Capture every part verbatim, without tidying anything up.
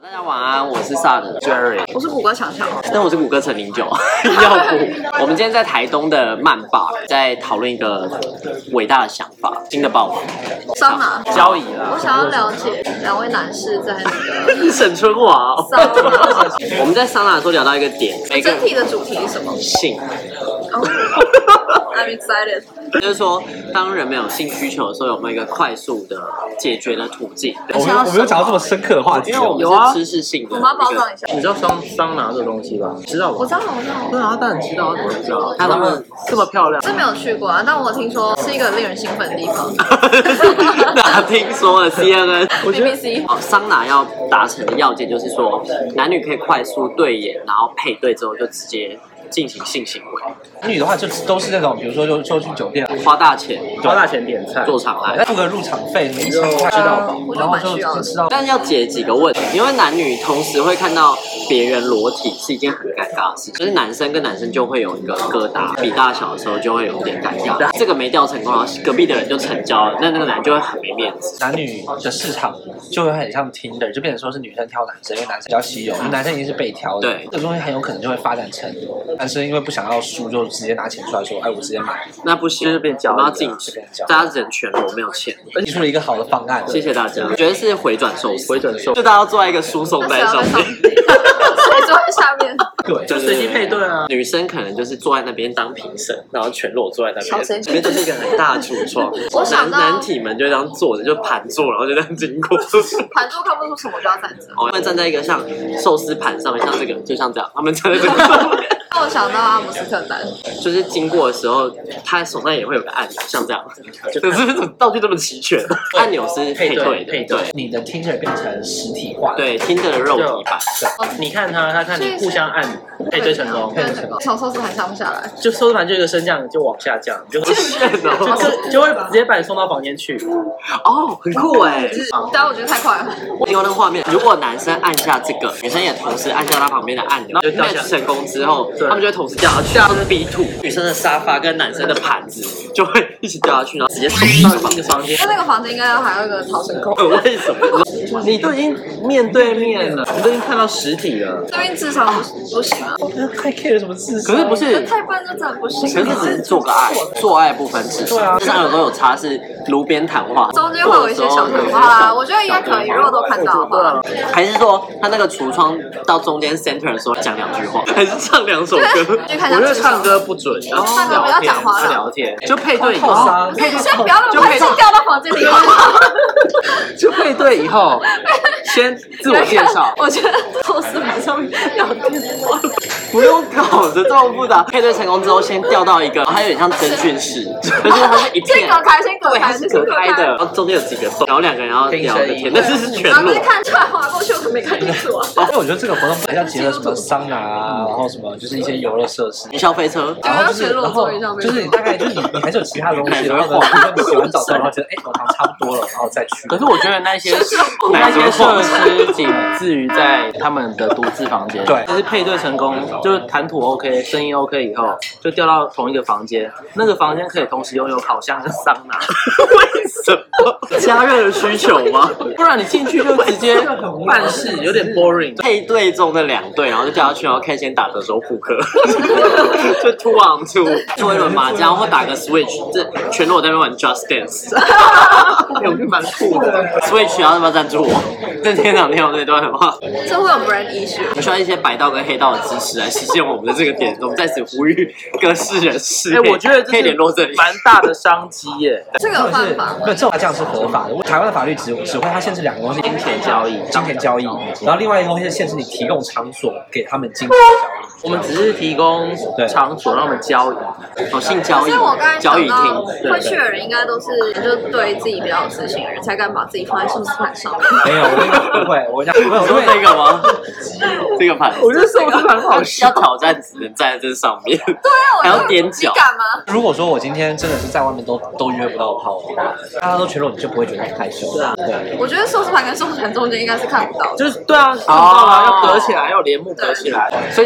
大家晚安，我是萨德 Jerry， 我是谷歌强强， 但我是谷歌陈零九，要不我们今天在台东的曼吧，在讨论一个伟大的想法，新的报复。 桑拿交易啦。 我想要了解两位男士在那个沈春华、哦。 桑拿， 我们在桑拿的时候聊到一个点，每个整体的主题是什么？ 性。 Oh, I'm excited。 就是说，当人们有性需求的时候，有没有一个快速的解决的途径？ 我们我没有讲到这么深刻的话题， 因为我们是知识性的。 我们要包装一下。 你知道桑桑拿这个东西吧？知道吧？ 我知道，我知道。 对啊，当然知道，我知道。 看他们这么漂亮， 是没有去过啊，但我听说是一个令人兴奋的地方。 哪听说了 C N N、B B C。 哦，桑拿要达成的要件就是说，男女可以快速对眼，然后配对之后就直接进行性行为。 女的话就都是那种，比如说就就去酒店花大钱， 花大钱点菜， 做场来， 付个入场费，你一千块吃到饱，然后就就吃到。 但是要解几个问题，因为男女同时会看到别人裸体是一件很尴尬的事情，就是男生跟男生就会有一个疙瘩，比大小的时候就会有一点尴尬。这个没钓成功，然后隔壁的人就成交了，那那个男就会很没面子。 男女的市场就会很像 Tinder， 就变成说是女生挑男生，因为男生比较稀有，男生已经是被挑的。 对， 这个东西很有可能就会发展成男生因为不想要输，就直接拿钱出来说，哎，我直接买。 那不行， 就是变交易， 我们要禁止，大家只能全裸，没有钱。 提出了一个好的方案， 谢谢大家。我觉得是回转寿司， 回转寿司， 就大家要坐在一个输送带上面， 谁坐在下面？ 对， 就随机配对啊。 女生可能就是坐在那边当评审，然后全裸坐在那边，里面就是一个很大的橱窗。男男体们就这样坐着，就盘坐，然后就这样经过。 盘坐看不出什么就要站着。 哦，他们站在一个像寿司盘上面，像这个，就像这样，他们站在这个上面。 让我想到阿姆斯特丹， 就是经过的时候，他手上也会有个按钮，像这样。可是道具这么齐全，按钮是配对的， 配对。 你的 Tinder 变成实体化， 对 Tinder 的肉体版。 你看他，他看你互相按配对成功， 配对成功，从寿司盘上不下来， 就寿司盘就一个升降就往下降，就就就就会直接把你送到房间去。 哦，很酷哎！ 但我觉得太快了。 你有那个画面，如果男生按下这个，女生也同时按下他旁边的按钮，就 match 成功之后，他们就会同时掉下去，掉到 B two， 女生的沙发跟男生的盘子就会一起掉下去，然后直接送到一个房间。 那那个房间应该还有一个逃生口。 为什么？ 你都已经面对面了，你都已经看到实体了。 这边智商不不行啊！ 太 care 什么智商？ 可是不是太笨就真的不行。 可是只是做个爱，做爱不分智商。对啊，智商有时候有差是炉边谈话， 中间会有一些小谈话啦。我觉得应该可以，如果都看到的话。 还是说他那个橱窗到中间 center 的时候讲两句话，还是唱两首歌？ 我觉得唱歌不准，要唱歌不要讲话， 要聊天，就配对以后， 配对先不要那么快就掉到房间里好吗？ 就配对以后，先自我介绍。 我觉得寿司盘上面聊天话， 不用搞得这么复杂。配对成功之后，先调到一个，它有点像侦讯室，就是它是一片， 先隔开，先隔开， 是隔开的，然后中间有几个洞，然后两个人要聊个天，但是是全裸。 然后看出来划过去，我可没看清楚啊。 因为我觉得这个活动还要结合什么桑拿啊，然后什么就是一些游乐设施， 云霄飞车， 然后就是然后就是你大概就是你你还是有其他的东西，然后比如说你洗完澡之后，然后觉得哎，我好像差不多了，然后再去。 可是我觉得那些那些设施仅至于在他们的独自房间， 对， 就是配对成功，就是谈吐 OK， 声音 OK 以后，就调到同一个房间，那个房间可以同时拥有烤箱跟桑拿。 为什么？加热的需求吗？ 不然你进去就直接办事，有点 boring。 配对中的两队，然后就掉下去，然后看先打的时候扑克，就 two on two 做一轮麻将或打个 switch， 这全裸在那边玩 Just Dance， 我觉得蛮酷的。 Switch 要不要赞助我？这天长天有这段话， 这会有 brand issue。 我们需要一些白道跟黑道的知识来实现我们的这个点。我们在此呼吁各市人士， 哎，我觉得可以联络这里， 蛮大的商机耶。 这个有办法吗？ 没有，这种这样是合法的。台湾的法律只只会它限制两个东西： 金钱交易、 金钱交易，然后另外一个东西是限制你提供场所给他们金钱交易。 我们只是提供场所让他们交易， 哦，性交易， 所以我刚才交易想到厅， 会去的人应该都是就对自己比较有自信的人，才敢把自己放在寿司盘上面。 没有，我那个不会，我讲没有， 说这个吗？这个盘， 我觉得寿司盘好笑， 要挑战只能站在这上面， 对啊，我还要踮脚， 你敢吗？ 如果说我今天真的是在外面都都约不到炮的话，大家都全裸，你就不会觉得很害羞。对啊，对。 我觉得寿司盘跟寿司盘中间应该是看不到的， 就是对啊，看不到啊，要隔起来，要帘幕隔起来， 所以就像真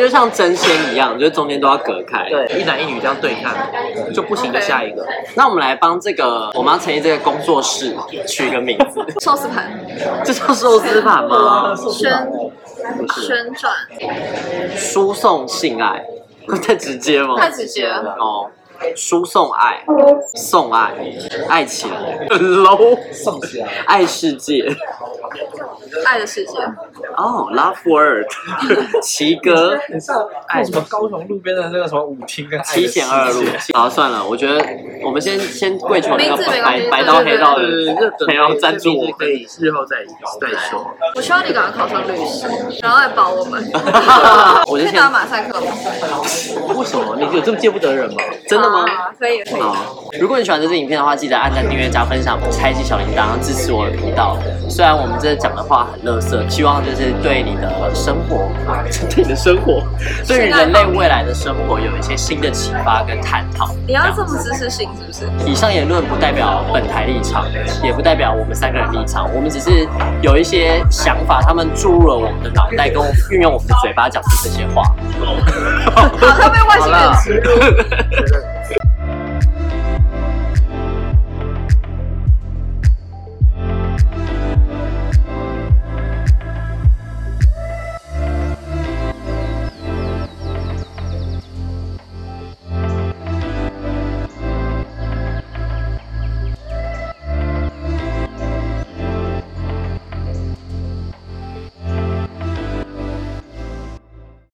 神仙一样，就是中间都要隔开。 对，一男一女这样对看就不行的下一个。 那我们来帮这个我们要成立这个工作室取一个名字， 寿司盘， 这叫寿司盘吗？ 宣宣传， 输送性爱，太直接吗？ 太直接了。 哦。输送爱，送爱，爱起来，很 low， 送起来， 爱世界， 爱的世界。 哦、oh, ，Love Word， 奇哥， 很像爱什么高雄路边的那个什么舞厅跟七贤二路。好，算了，我觉得我们先先跪求那个白白刀黑道的朋友赞助我， 可以日后再再说。 我希望你赶快考上律师，然后来保我们。 我就先去打马赛克吗？ 为什么？你有这么见不得人吗？ 真的吗？ 啊、可以可以。 好，如果你喜欢这支影片的话，记得按赞、订阅、加分享、开启小铃铛，支持我的频道。虽然我们这讲的话很垃圾，希望就是对你的生活，对你的生活，对于人类未来的生活有一些新的启发跟探讨。 你要这么知识性是不是？ 以上言论不代表本台立场，也不代表我们三个人立场，我们只是有一些想法，他们注入了我们的脑袋，跟运用我们的嘴巴讲出这些话。 好像被外星人植入。